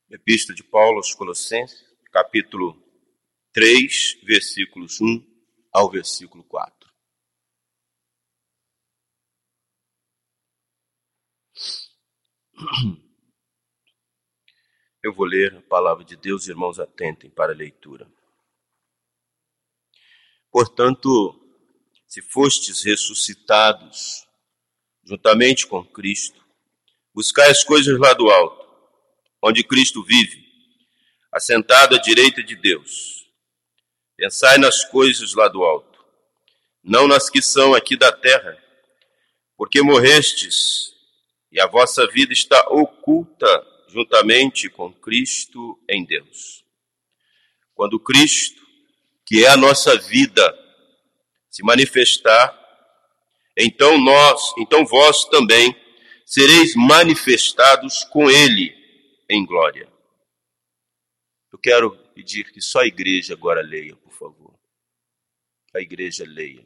Epístola de Paulo aos Colossenses, capítulo 3, versículos 1 ao versículo 4. Eu vou ler a palavra de Deus, irmãos, atentem para a leitura. Portanto, se fostes ressuscitados juntamente com Cristo, buscai as coisas lá do alto, onde Cristo vive, assentado à direita de Deus. Pensai nas coisas lá do alto, não nas que são aqui da terra, porque morrestes e a vossa vida está oculta juntamente com Cristo em Deus. Quando Cristo, que é a nossa vida, se manifestar, então vós também sereis manifestados com Ele em glória. Eu quero pedir que só a igreja agora leia, por favor. A igreja leia.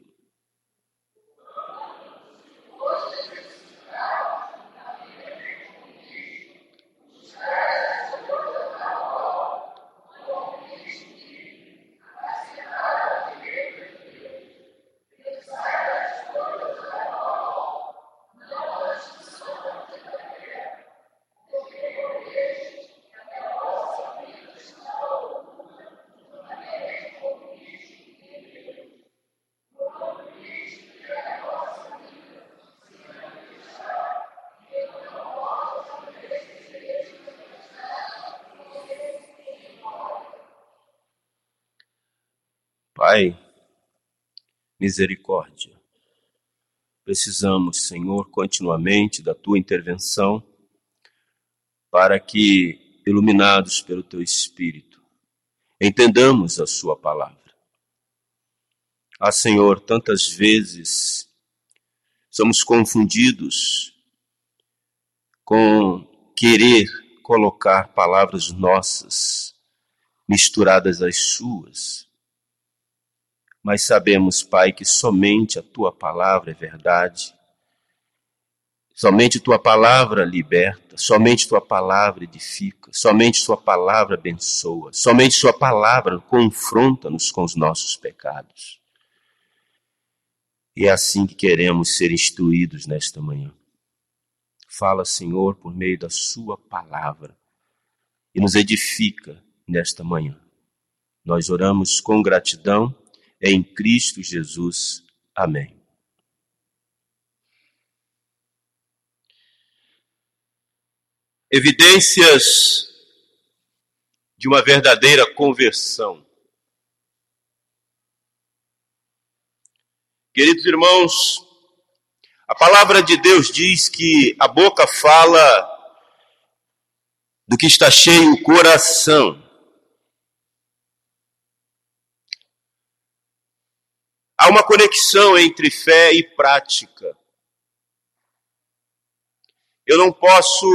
Pai, misericórdia. Precisamos, Senhor, continuamente da Tua intervenção para que, iluminados pelo Teu Espírito, entendamos a Sua palavra. Senhor, tantas vezes somos confundidos com querer colocar palavras nossas misturadas às Suas. Mas sabemos, Pai, que somente a Tua palavra é verdade, somente Tua palavra liberta, somente Tua palavra edifica, somente Tua palavra abençoa, somente Tua palavra confronta-nos com os nossos pecados. E é assim que queremos ser instruídos nesta manhã. Fala, Senhor, por meio da Sua palavra e nos edifica nesta manhã. Nós oramos com gratidão em Cristo Jesus. Amém. Evidências de uma verdadeira conversão. Queridos irmãos, a palavra de Deus diz que a boca fala do que está cheio o coração. Há uma conexão entre fé e prática. Eu não posso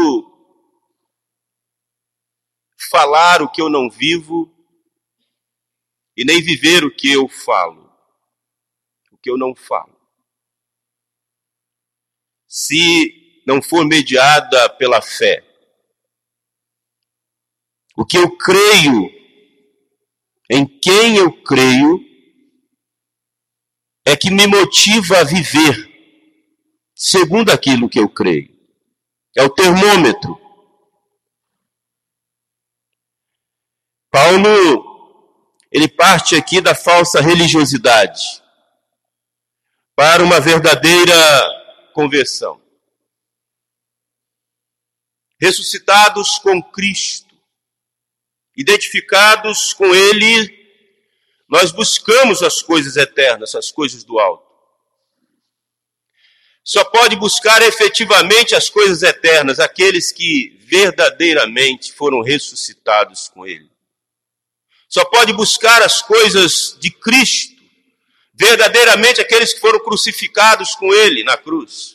falar o que eu não vivo e nem viver o que eu falo, o que eu não falo. Se não for mediada pela fé. O que eu creio, em quem eu creio, é que me motiva a viver segundo aquilo que eu creio. É o termômetro. Paulo, ele parte aqui da falsa religiosidade para uma verdadeira conversão. Ressuscitados com Cristo, identificados com Ele, nós buscamos as coisas eternas, as coisas do alto. Só pode buscar efetivamente as coisas eternas aqueles que verdadeiramente foram ressuscitados com Ele. Só pode buscar as coisas de Cristo verdadeiramente aqueles que foram crucificados com Ele na cruz.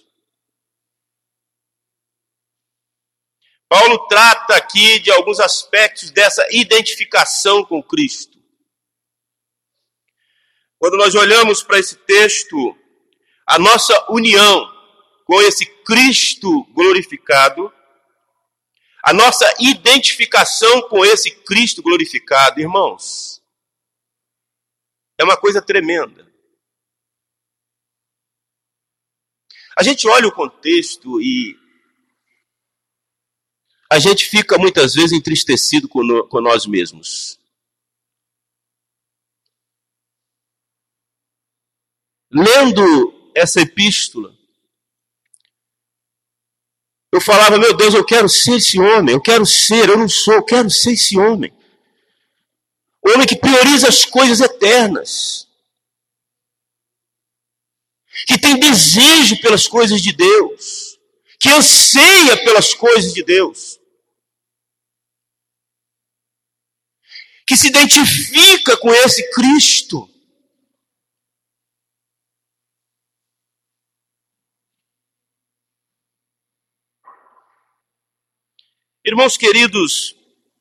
Paulo trata aqui de alguns aspectos dessa identificação com Cristo. Quando nós olhamos para esse texto, a nossa união com esse Cristo glorificado A nossa identificação com esse Cristo glorificado, irmãos, é uma coisa tremenda. A gente olha o contexto e a gente fica muitas vezes entristecido com nós mesmos. Lendo essa epístola, eu falava, meu Deus, eu quero ser esse homem, eu não sou, eu quero ser esse homem. O homem que prioriza as coisas eternas. Que tem desejo pelas coisas de Deus. Que anseia pelas coisas de Deus. Que se identifica com esse Cristo. Irmãos queridos,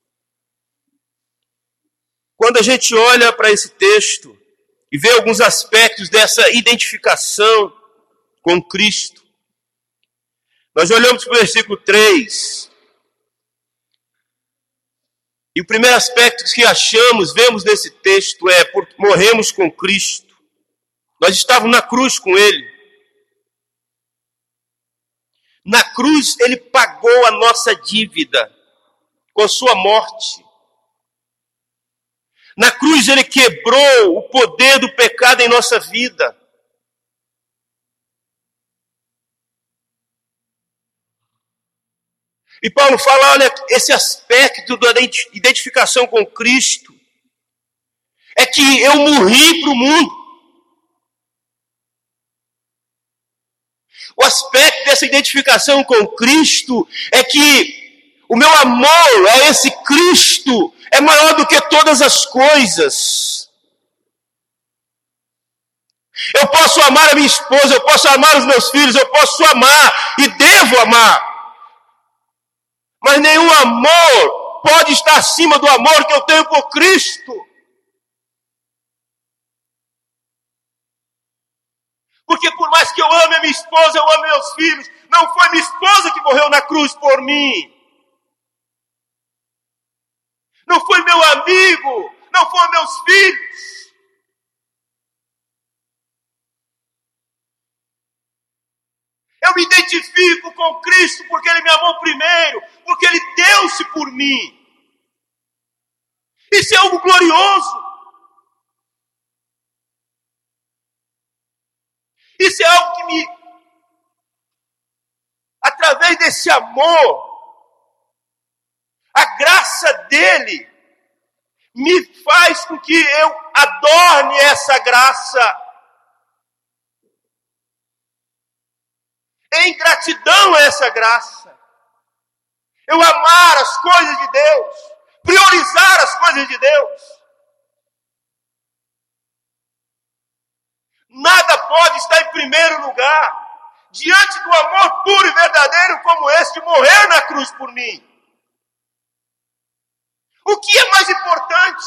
quando a gente olha para esse texto e vê alguns aspectos dessa identificação com Cristo, nós olhamos para o versículo 3, e o primeiro aspecto que vemos nesse texto é, porque morremos com Cristo. Nós estávamos na cruz com Ele. Na cruz, Ele pagou a nossa dívida com a sua morte. Na cruz, Ele quebrou o poder do pecado em nossa vida. E Paulo fala, olha, esse aspecto da identificação com Cristo é que eu morri para o mundo. O aspecto dessa identificação com Cristo é que o meu amor a esse Cristo é maior do que todas as coisas. Eu posso amar a minha esposa, eu posso amar os meus filhos, eu posso amar e devo amar. Mas nenhum amor pode estar acima do amor que eu tenho por Cristo. Porque por mais que eu ame a minha esposa, eu ame meus filhos, não foi minha esposa que morreu na cruz por mim. Não foi meu amigo, não foram meus filhos. Eu me identifico com Cristo porque Ele me amou primeiro, porque Ele deu-se por mim. Isso é algo glorioso. Isso é algo que através desse amor, a graça dele me faz com que eu adorne essa graça. Em gratidão a essa graça. Eu amar as coisas de Deus, priorizar as coisas de Deus. Nada pode estar em primeiro lugar diante do amor puro e verdadeiro como esse de morrer na cruz por mim. O que é mais importante?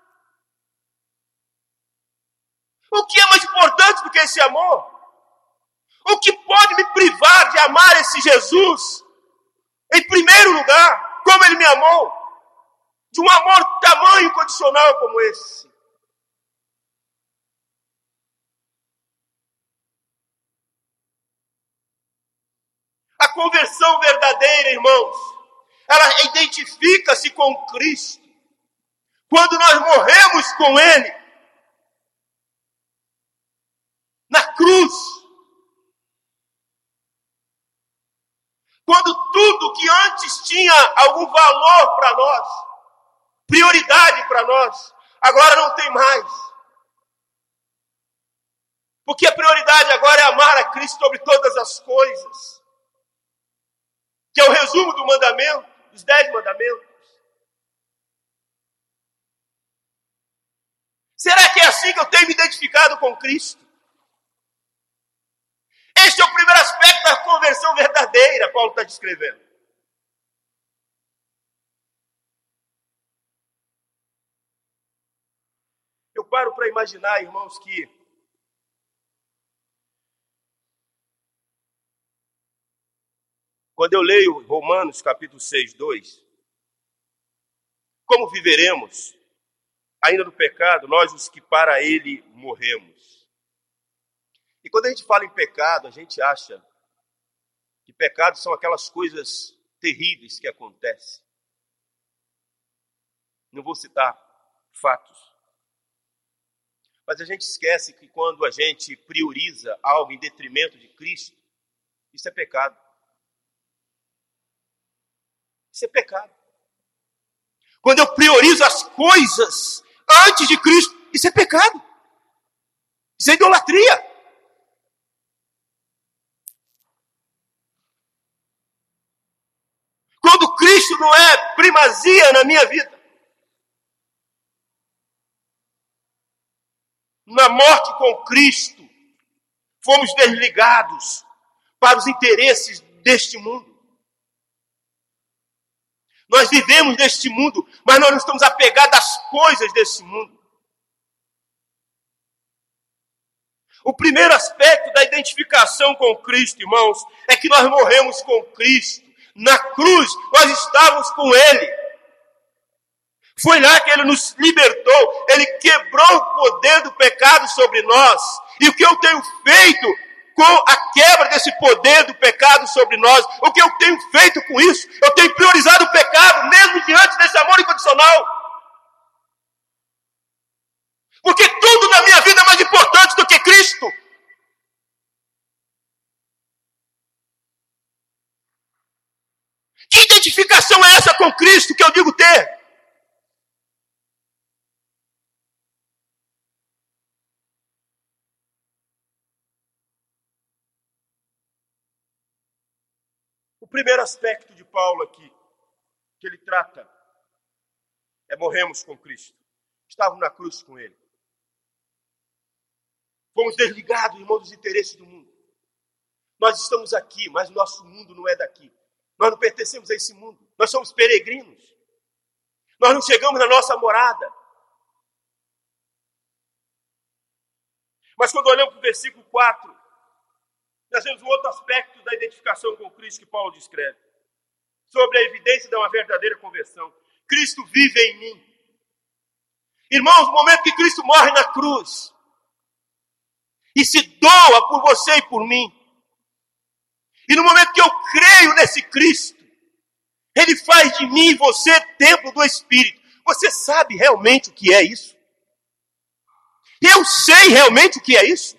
O que é mais importante do que esse amor? O que pode me privar de amar esse Jesus em primeiro lugar, como Ele me amou? De um amor tamanho incondicional como esse. A conversão verdadeira, irmãos, ela identifica-se com Cristo. Quando nós morremos com Ele, na cruz, quando tudo que antes tinha algum valor para nós, prioridade para nós, agora não tem mais. Porque a prioridade agora é amar a Cristo sobre todas as coisas. Que é o resumo do mandamento, dos 10 mandamentos. Será que é assim que eu tenho me identificado com Cristo? Este é o primeiro aspecto da conversão verdadeira, Paulo está descrevendo. Eu paro para imaginar, irmãos, que Quando eu leio Romanos capítulo 6, 2, como viveremos ainda no pecado, nós os que para ele morremos? E quando a gente fala em pecado, a gente acha que pecados são aquelas coisas terríveis que acontecem. Não vou citar fatos. Mas a gente esquece que quando a gente prioriza algo em detrimento de Cristo, isso é pecado. Isso é pecado. Quando eu priorizo as coisas antes de Cristo, isso é pecado. Isso é idolatria. Quando Cristo não é primazia na minha vida. Na morte com Cristo, fomos desligados para os interesses deste mundo. Nós vivemos neste mundo, mas nós não estamos apegados às coisas desse mundo. O primeiro aspecto da identificação com Cristo, irmãos, é que nós morremos com Cristo. Na cruz, nós estávamos com Ele. Foi lá que Ele nos libertou. Ele quebrou o poder do pecado sobre nós. E o que eu tenho feito com a quebra desse poder do pecado sobre nós? O que eu tenho feito com isso? Eu tenho priorizado o pecado, mesmo diante desse amor incondicional. Porque tudo na minha vida é mais importante do que Cristo. Que identificação é essa com Cristo que eu digo ter? O primeiro aspecto de Paulo aqui, que ele trata, é morremos com Cristo. Estávamos na cruz com Ele. Fomos desligados, irmãos, dos interesses do mundo. Nós estamos aqui, mas o nosso mundo não é daqui. Nós não pertencemos a esse mundo. Nós somos peregrinos. Nós não chegamos na nossa morada. Mas quando olhamos para o versículo 4, nós vemos um outro aspecto da identificação com Cristo que Paulo descreve. Sobre a evidência de uma verdadeira conversão. Cristo vive em mim. Irmãos, no momento que Cristo morre na cruz e se doa por você e por mim, e no momento que eu creio nesse Cristo, Ele faz de mim e você templo do Espírito. Você sabe realmente o que é isso? Eu sei realmente o que é isso?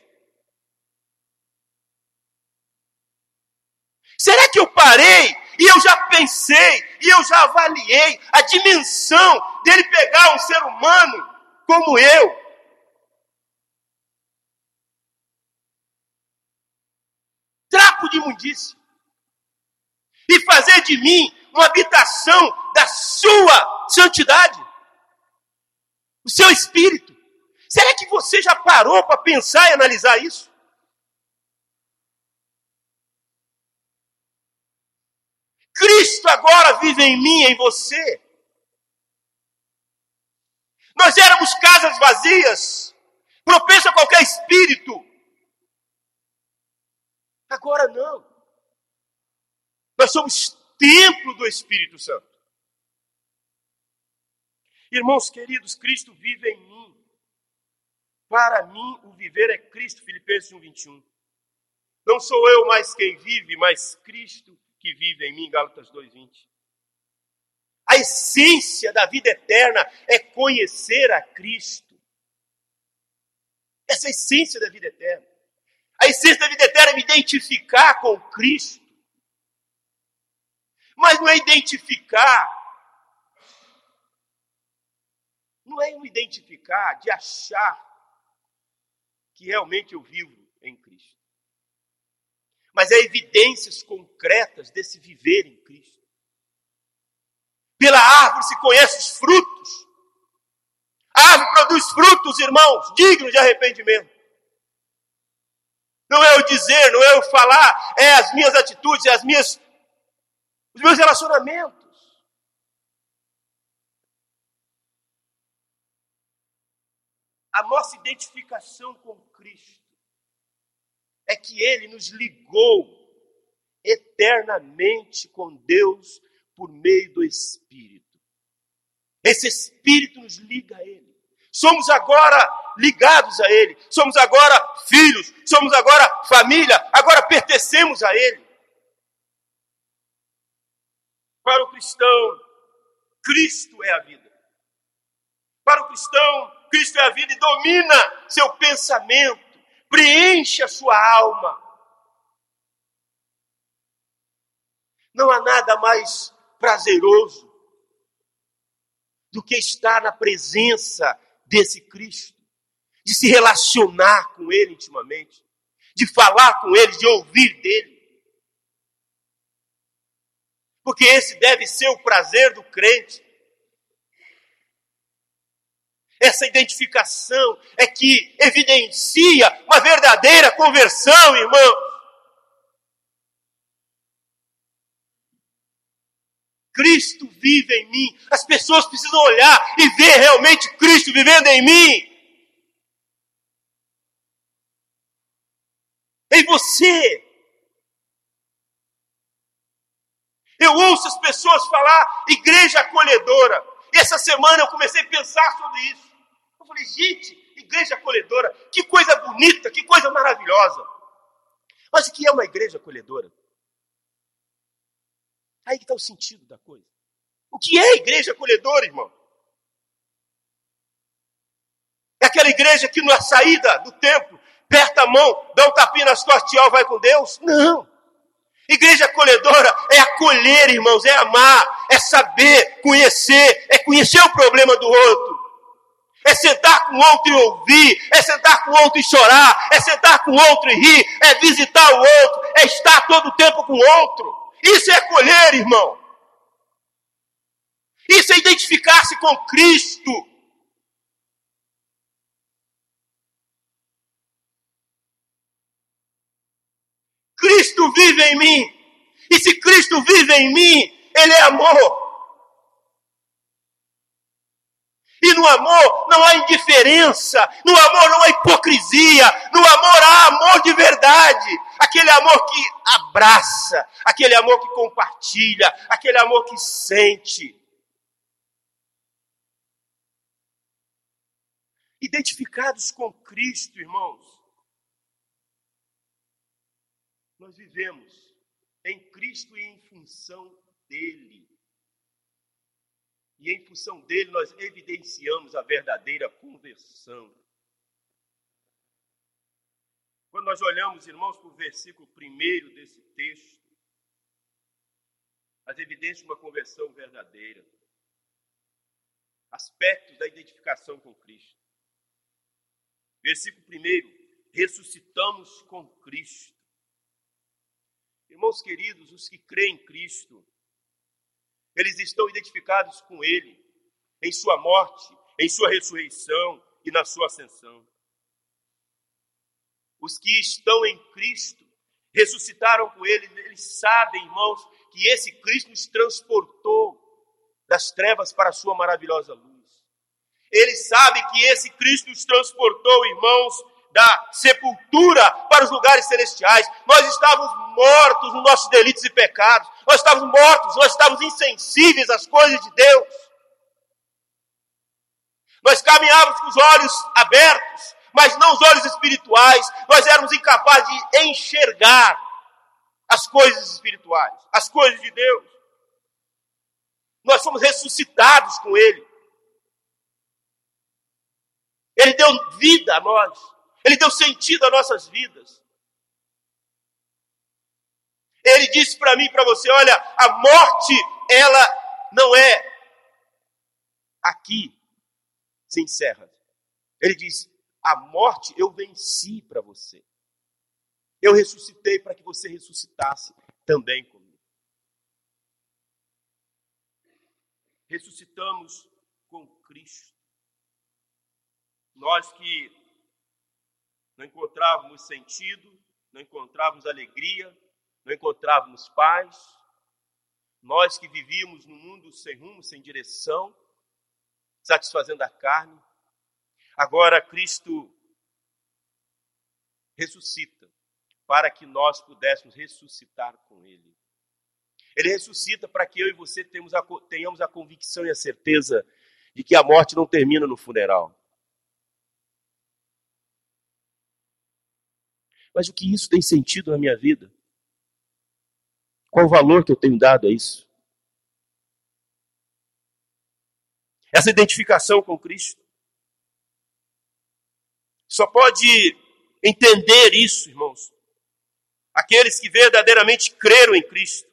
Será que eu parei e eu já pensei e eu já avaliei a dimensão dele pegar um ser humano como eu? Trapo de imundícia. E fazer de mim uma habitação da sua santidade. O seu espírito. Será que você já parou para pensar e analisar isso? Cristo agora vive em mim e em você. Nós éramos casas vazias, propenso a qualquer espírito. Agora não. Nós somos templo do Espírito Santo. Irmãos queridos, Cristo vive em mim. Para mim, o viver é Cristo, Filipenses 1:21. Não sou eu mais quem vive, mas Cristo que vive em mim, Gálatas 2:20. A essência da vida eterna é conhecer a Cristo. Essa é a essência da vida eterna. A essência da vida eterna é me identificar com Cristo. Mas não é identificar. Não é me identificar de achar que realmente eu vivo em Cristo. Mas é evidências concretas desse viver em Cristo. Pela árvore se conhece os frutos. A árvore produz frutos, irmãos, dignos de arrependimento. Não é eu dizer, não é eu falar, é as minhas atitudes, é os meus relacionamentos. A nossa identificação com Cristo é que Ele nos ligou eternamente com Deus por meio do Espírito. Esse Espírito nos liga a Ele. Somos agora ligados a Ele. Somos agora filhos. Somos agora família. Agora pertencemos a Ele. Para o cristão, Cristo é a vida. Para o cristão, Cristo é a vida e domina seu pensamento. Preenche a sua alma. Não há nada mais prazeroso do que estar na presença desse Cristo, de se relacionar com Ele intimamente, de falar com Ele, de ouvir dEle. Porque esse deve ser o prazer do crente. Essa identificação é que evidencia uma verdadeira conversão, irmão. Cristo vive em mim. As pessoas precisam olhar e ver realmente Cristo vivendo em mim. Em você. Eu ouço as pessoas falar igreja acolhedora. E essa semana eu comecei a pensar sobre isso. Eu falei, gente, igreja acolhedora, que coisa bonita, que coisa maravilhosa. Mas o que é uma igreja acolhedora? Aí que está o sentido da coisa. O que é igreja acolhedora, irmão? É aquela igreja que na saída do templo, aperta a mão, dá um tapinha nas costas e vai com Deus? Não. Igreja acolhedora é acolher, irmãos, é amar, é saber, é conhecer o problema do outro. É sentar com o outro e ouvir, é sentar com o outro e chorar, é sentar com o outro e rir, é visitar o outro, é estar todo o tempo com o outro. Isso é acolher, irmão. Isso é identificar-se com Cristo. Cristo vive em mim. E se Cristo vive em mim, Ele é amor. E no amor não há indiferença, no amor não há hipocrisia, no amor há amor de verdade. Aquele amor que abraça, aquele amor que compartilha, aquele amor que sente. Identificados com Cristo, irmãos, nós vivemos em Cristo e em função dEle. E em função dele nós evidenciamos a verdadeira conversão. Quando nós olhamos, irmãos, para o versículo 1 desse texto, as evidências de uma conversão verdadeira. Aspectos da identificação com Cristo. Versículo 1, ressuscitamos com Cristo. Irmãos queridos, os que creem em Cristo, eles estão identificados com Ele, em sua morte, em sua ressurreição e na sua ascensão. Os que estão em Cristo, ressuscitaram com Ele, eles sabem, irmãos, que esse Cristo nos transportou das trevas para a sua maravilhosa luz. Eles sabem que esse Cristo nos transportou, irmãos, da sepultura para os lugares celestiais. Nós estávamos mortos nos nossos delitos e pecados. Nós estávamos mortos, nós estávamos insensíveis às coisas de Deus. Nós caminhávamos com os olhos abertos, mas não os olhos espirituais. Nós éramos incapazes de enxergar as coisas espirituais, as coisas de Deus. Nós fomos ressuscitados com Ele. Ele deu vida a nós. Ele deu sentido às nossas vidas. Ele disse para mim e para você, olha, a morte, ela não é aqui, se encerra. Ele diz, a morte eu venci para você. Eu ressuscitei para que você ressuscitasse também comigo. Ressuscitamos com Cristo. Nós que não encontrávamos sentido, não encontrávamos alegria, não encontrávamos paz. Nós que vivíamos num mundo sem rumo, sem direção, satisfazendo a carne. Agora Cristo ressuscita para que nós pudéssemos ressuscitar com ele. Ele ressuscita para que eu e você tenhamos a convicção e a certeza de que a morte não termina no funeral. Mas o que isso tem sentido na minha vida? Qual o valor que eu tenho dado a isso? Essa identificação com Cristo. Só pode entender isso, irmãos, aqueles que verdadeiramente creram em Cristo.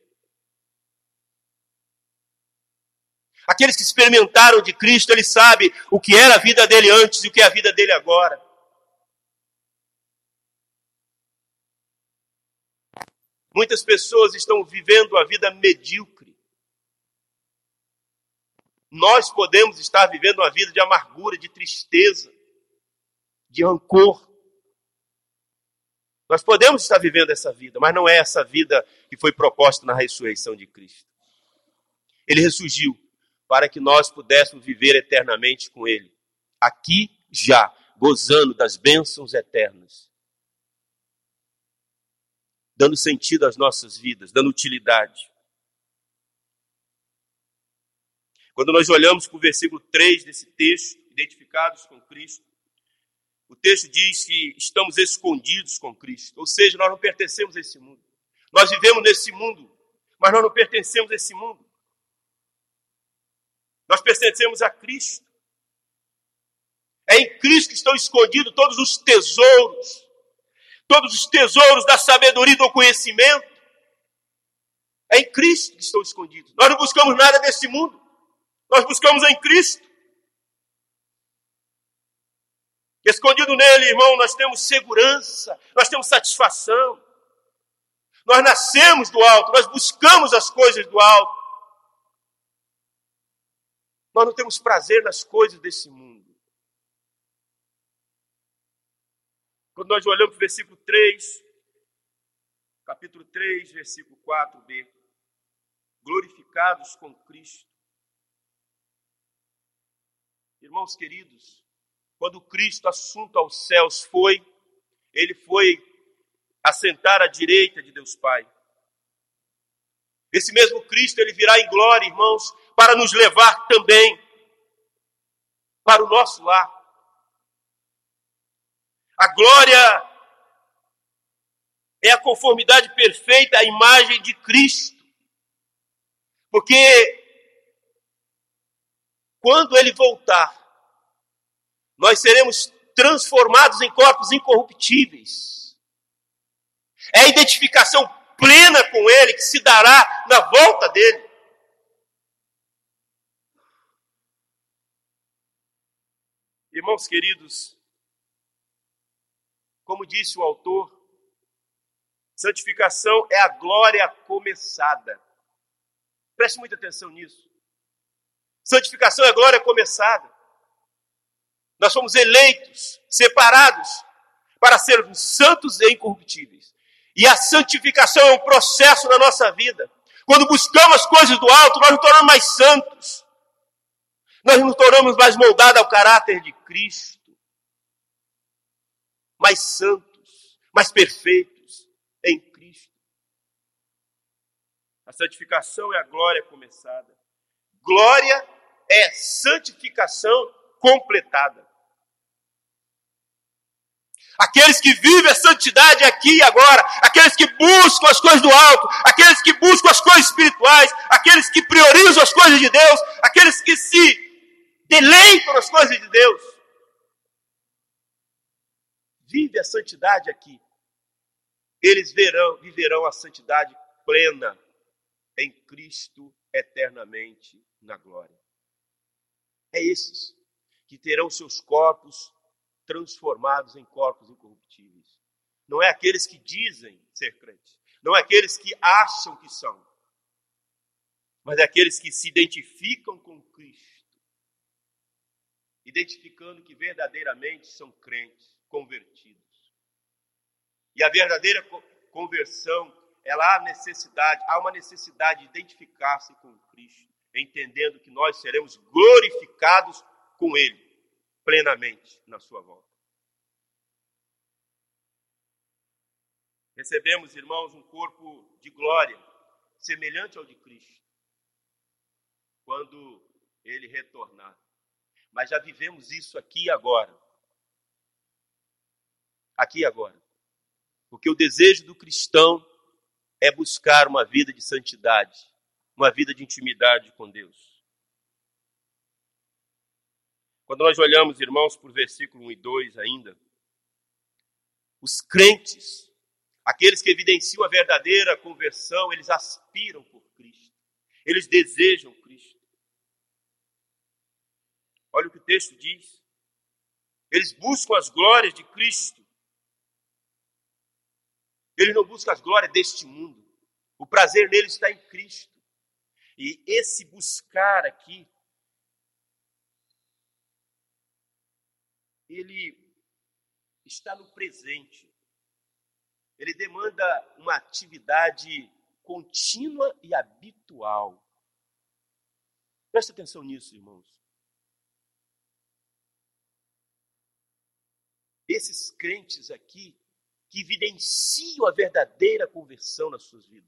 Aqueles que experimentaram de Cristo, ele sabe o que era a vida dele antes e o que é a vida dele agora. Muitas pessoas estão vivendo a vida medíocre. Nós podemos estar vivendo uma vida de amargura, de tristeza, de rancor. Nós podemos estar vivendo essa vida, mas não é essa vida que foi proposta na ressurreição de Cristo. Ele ressurgiu para que nós pudéssemos viver eternamente com Ele. Aqui, já, gozando das bênçãos eternas. Dando sentido às nossas vidas, dando utilidade. Quando nós olhamos para o versículo 3 desse texto, identificados com Cristo, o texto diz que estamos escondidos com Cristo. Ou seja, nós não pertencemos a esse mundo. Nós vivemos nesse mundo, mas nós não pertencemos a esse mundo. Nós pertencemos a Cristo. É em Cristo que estão escondidos todos os tesouros da sabedoria e do conhecimento. É em Cristo que estão escondidos. Nós não buscamos nada desse mundo. Nós buscamos em Cristo. Escondido nele, irmão, nós temos segurança, nós temos satisfação. Nós nascemos do alto, nós buscamos as coisas do alto. Nós não temos prazer nas coisas desse mundo. Quando nós olhamos para o versículo 3, capítulo 3, versículo 4b, glorificados com Cristo. Irmãos queridos, quando Cristo assunto aos céus ele foi assentar à direita de Deus Pai. Esse mesmo Cristo, ele virá em glória, irmãos, para nos levar também para o nosso lar. A glória é a conformidade perfeita à imagem de Cristo. Porque quando ele voltar, nós seremos transformados em corpos incorruptíveis. É a identificação plena com ele que se dará na volta dele. Irmãos queridos, como disse o autor, santificação é a glória começada. Preste muita atenção nisso. Santificação é a glória começada. Nós somos eleitos, separados, para sermos santos e incorruptíveis. E a santificação é um processo na nossa vida. Quando buscamos as coisas do alto, nós nos tornamos mais santos. Nós nos tornamos mais moldados ao caráter de Cristo. Mais santos, mais perfeitos em Cristo. A santificação é a glória começada. Glória é santificação completada. Aqueles que vivem a santidade aqui e agora, aqueles que buscam as coisas do alto, aqueles que buscam as coisas espirituais, aqueles que priorizam as coisas de Deus, aqueles que se deleitam nas coisas de Deus, vivem a santidade aqui. Eles viverão a santidade plena em Cristo eternamente na glória. É esses que terão seus corpos transformados em corpos incorruptíveis. Não é aqueles que dizem ser crentes, não é aqueles que acham que são, mas é aqueles que se identificam com Cristo, identificando que verdadeiramente são crentes, convertidos. E a verdadeira conversão, há uma necessidade de identificar-se com Cristo, entendendo que nós seremos glorificados com Ele plenamente na sua volta. Recebemos, irmãos, um corpo de glória, semelhante ao de Cristo, quando ele retornar. Mas já vivemos isso aqui e agora. Aqui e agora. Porque o desejo do cristão é buscar uma vida de santidade, uma vida de intimidade com Deus. Quando nós olhamos, irmãos, para o versículo 1 e 2 ainda, os crentes, aqueles que evidenciam a verdadeira conversão, eles aspiram por Cristo. Eles desejam Cristo. Olha o que o texto diz. Eles buscam as glórias de Cristo. Eles não buscam as glórias deste mundo. O prazer nele está em Cristo. E esse buscar aqui, ele está no presente. Ele demanda uma atividade contínua e habitual. Presta atenção nisso, irmãos. Esses crentes aqui, que evidenciam a verdadeira conversão nas suas vidas,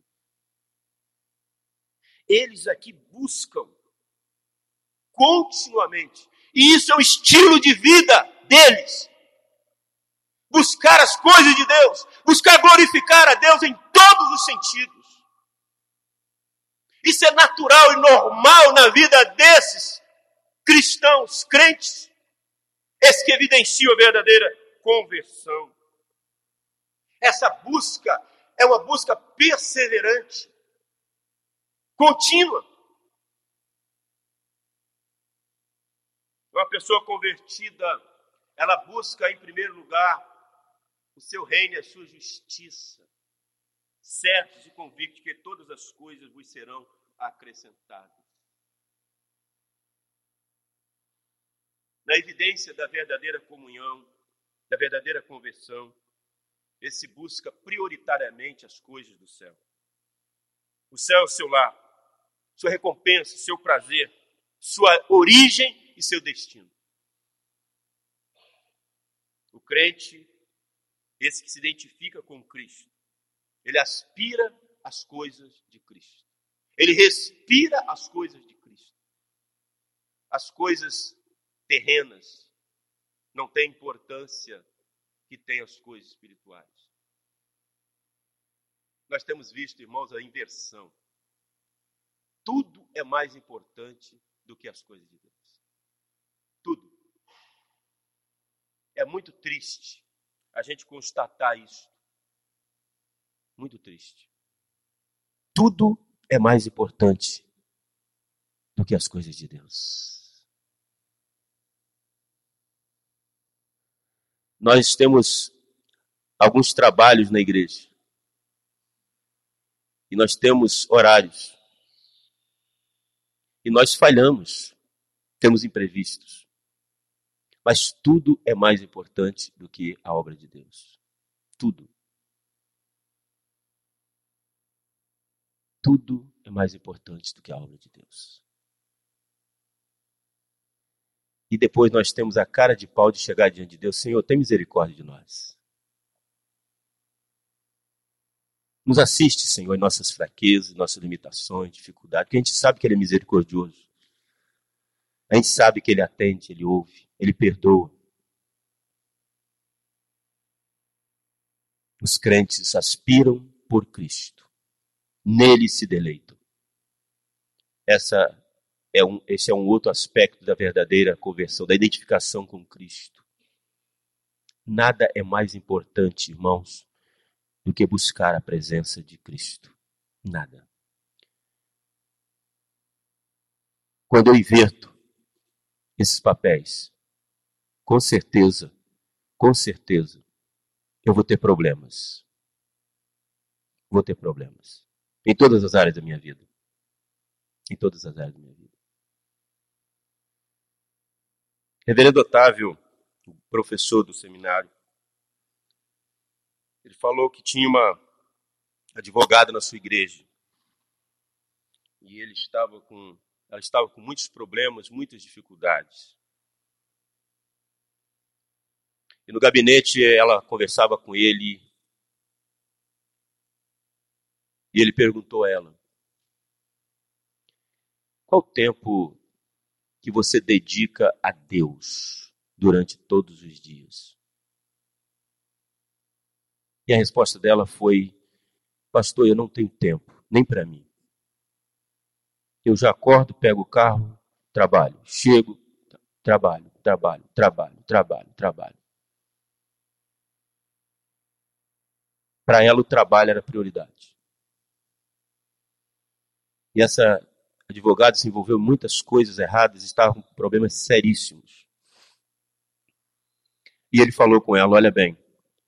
eles aqui buscam continuamente. E isso é o estilo de vida deles. Buscar as coisas de Deus, buscar glorificar a Deus em todos os sentidos. Isso é natural e normal na vida desses cristãos, crentes, esses que evidenciam a verdadeira conversão. Essa busca é uma busca perseverante, contínua. Uma pessoa convertida, ela busca em primeiro lugar o seu reino e a sua justiça, certos e convictos que todas as coisas vos serão acrescentadas. Na evidência da verdadeira comunhão, da verdadeira conversão, esse busca prioritariamente as coisas do céu. O céu é o seu lar, sua recompensa, seu prazer, sua origem e seu destino. O crente, esse que se identifica com Cristo, ele aspira às coisas de Cristo. Ele respira as coisas de Cristo. As coisas terrenas não têm importância que têm as coisas espirituais. Nós temos visto, irmãos, a inversão. Tudo é mais importante do que as coisas de Deus. Tudo. É muito triste a gente constatar isso. Muito triste. Tudo é mais importante do que as coisas de Deus. Nós temos alguns trabalhos na igreja. E nós temos horários. E nós falhamos. Temos imprevistos. Mas tudo é mais importante do que a obra de Deus. Tudo. Tudo é mais importante do que a obra de Deus. E depois nós temos a cara de pau de chegar diante de Deus. Senhor, tem misericórdia de nós. Nos assiste, Senhor, em nossas fraquezas, nossas limitações, dificuldades, porque a gente sabe que Ele é misericordioso. A gente sabe que Ele atende, Ele ouve, Ele perdoa. Os crentes aspiram por Cristo. Nele se deleitam. Esse é um outro aspecto da verdadeira conversão, da identificação com Cristo. Nada é mais importante, irmãos, do que buscar a presença de Cristo. Nada. Quando eu inverto esses papéis, com certeza, eu vou ter problemas. Vou ter problemas. Em todas as áreas da minha vida. Em todas as áreas da minha vida. Reverendo Otávio, professor do seminário, ele falou que tinha uma advogada na sua igreja. E ela estava com muitos problemas, muitas dificuldades. E no gabinete ela conversava com ele E ele perguntou a ela: qual o tempo que você dedica a Deus durante todos os dias? E a resposta dela foi: pastor, eu não tenho tempo, nem para mim. Eu já acordo, pego o carro, trabalho, chego, trabalho. Para ela o trabalho era prioridade. E essa advogada se envolveu em muitas coisas erradas, estava com problemas seríssimos. E ele falou com ela: olha bem,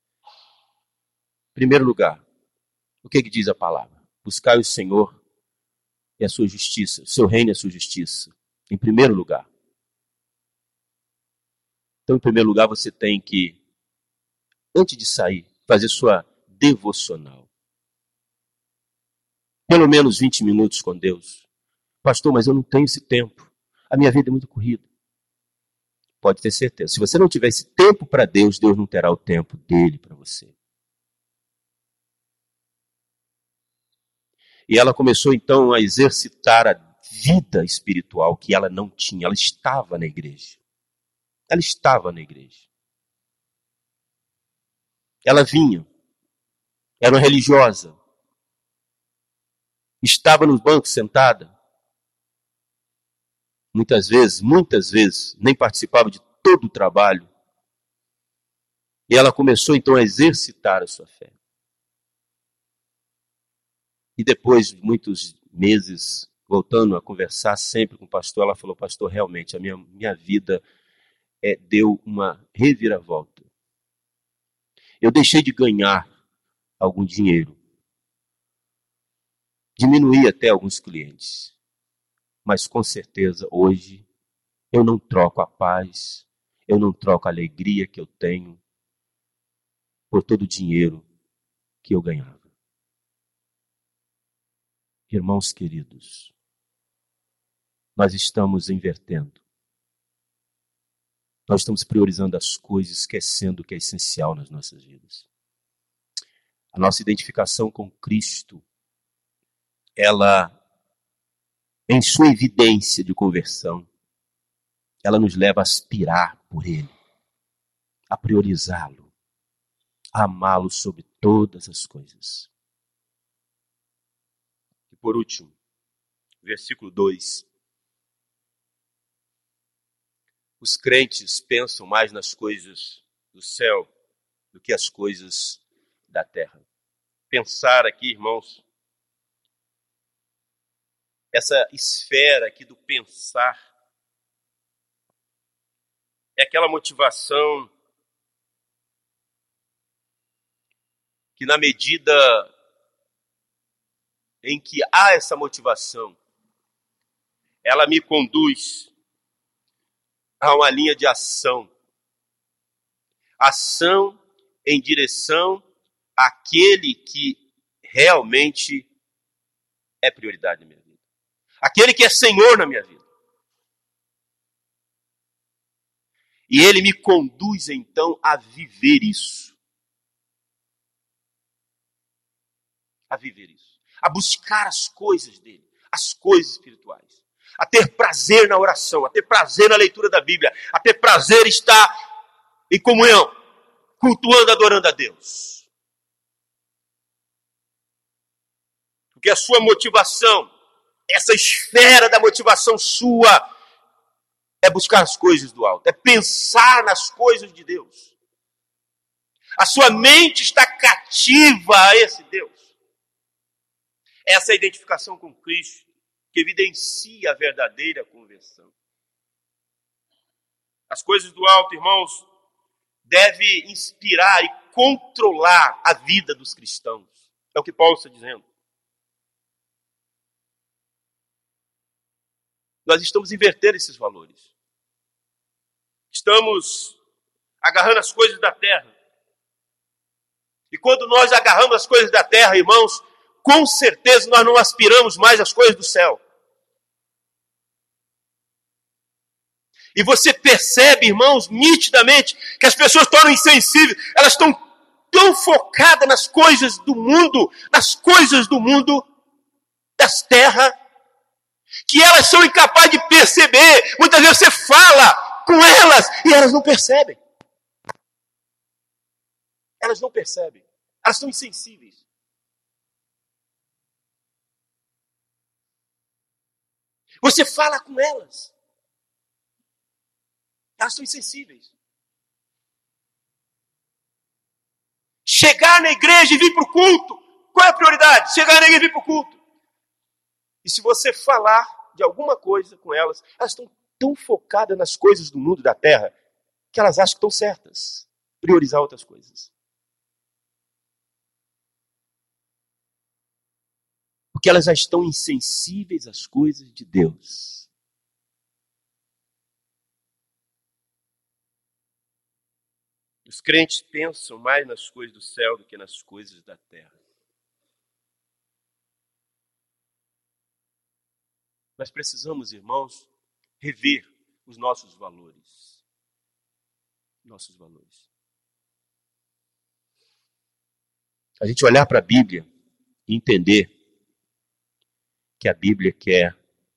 em primeiro lugar, o que diz a palavra? Buscai o Senhor e a sua justiça, o seu reino e a sua justiça, em primeiro lugar. Então, em primeiro lugar, você tem que, antes de sair, fazer sua devocional. Pelo menos 20 minutos com Deus. Pastor, mas eu não tenho esse tempo. A minha vida é muito corrida. Pode ter certeza. Se você não tiver esse tempo para Deus, Deus não terá o tempo dele para você. E ela começou então a exercitar a vida espiritual que ela não tinha. Ela estava na igreja. Ela estava na igreja. Ela vinha. Era uma religiosa. Estava nos bancos sentada. Muitas vezes, nem participava de todo o trabalho. E ela começou então a exercitar a sua fé. E depois de muitos meses, voltando a conversar sempre com o pastor, ela falou: pastor, realmente a minha vida deu uma reviravolta. Eu deixei de ganhar algum dinheiro. Diminuí até alguns clientes. Mas com certeza hoje eu não troco a paz, eu não troco a alegria que eu tenho por todo o dinheiro que eu ganhava. Irmãos queridos, nós estamos invertendo. Nós estamos priorizando as coisas, esquecendo o que é essencial nas nossas vidas. A nossa identificação com Cristo, ela, em sua evidência de conversão, ela nos leva a aspirar por Ele, a priorizá-lo, a amá-lo sobre todas as coisas. E por último, versículo 2. Os crentes pensam mais nas coisas do céu do que as coisas da terra. Pensar aqui, irmãos, essa esfera aqui do pensar, é aquela motivação que, na medida em que há essa motivação, ela me conduz a uma linha de ação. Ação em direção àquele que realmente é prioridade na minha vida. Aquele que é Senhor na minha vida. E Ele me conduz então a viver isso. A viver isso. A buscar as coisas dele. As coisas espirituais. A ter prazer na oração. A ter prazer na leitura da Bíblia. A ter prazer em estar em comunhão. Cultuando, adorando a Deus. Porque a sua motivação, essa esfera da motivação sua, é buscar as coisas do alto, é pensar nas coisas de Deus. A sua mente está cativa a esse Deus. Essa é a identificação com Cristo, que evidencia a verdadeira conversão. As coisas do alto, irmãos, devem inspirar e controlar a vida dos cristãos. É o que Paulo está dizendo. Nós estamos invertendo esses valores. Estamos agarrando as coisas da terra. E quando nós agarramos as coisas da terra, irmãos, com certeza nós não aspiramos mais às coisas do céu. E você percebe, irmãos, nitidamente, que as pessoas tornam insensíveis. Elas estão tão focada nas coisas do mundo, das terras, que elas são incapazes de perceber. Muitas vezes você fala com elas e elas não percebem. Elas não percebem. Elas são insensíveis. Você fala com elas. Elas são insensíveis. Chegar na igreja e vir para o culto. Qual é a prioridade? Chegar na igreja e vir para o culto. E se você falar de alguma coisa com elas, elas estão tão focadas nas coisas do mundo, da terra, que elas acham que estão certas. Priorizar outras coisas. Porque elas já estão insensíveis às coisas de Deus. Os crentes pensam mais nas coisas do céu do que nas coisas da terra. Nós precisamos, irmãos, rever os nossos valores. Nossos valores. A gente olhar para a Bíblia e entender que a Bíblia quer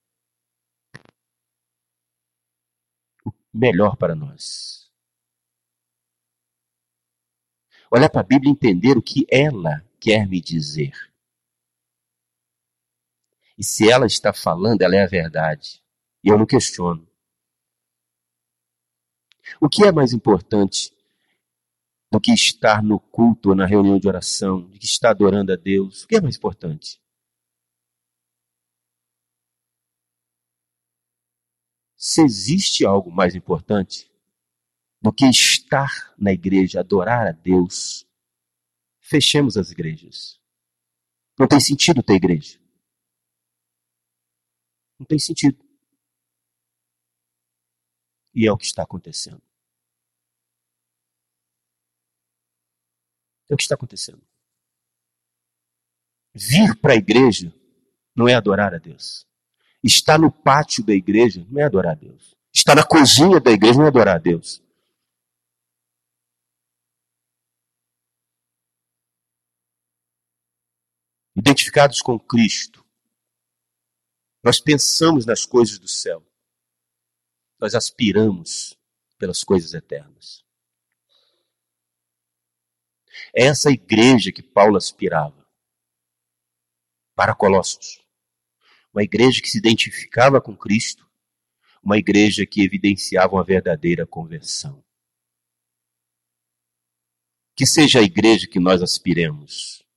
o melhor para nós. Olhar para a Bíblia e entender o que ela quer me dizer. E se ela está falando, ela é a verdade. E eu não questiono. O que é mais importante do que estar no culto ou na reunião de oração, do que estar adorando a Deus? O que é mais importante? Se existe algo mais importante do que estar na igreja, adorar a Deus, fechemos as igrejas. Não tem sentido ter igreja. Não tem sentido. E é o que está acontecendo. É o que está acontecendo. Vir para a igreja não é adorar a Deus. Estar no pátio da igreja não é adorar a Deus. Estar na cozinha da igreja não é adorar a Deus. Identificados com Cristo, nós pensamos nas coisas do céu. Nós aspiramos pelas coisas eternas. É essa igreja que Paulo aspirava para Colossos. Uma igreja que se identificava com Cristo, uma igreja que evidenciava uma verdadeira conversão. Que seja a igreja que nós aspiremos.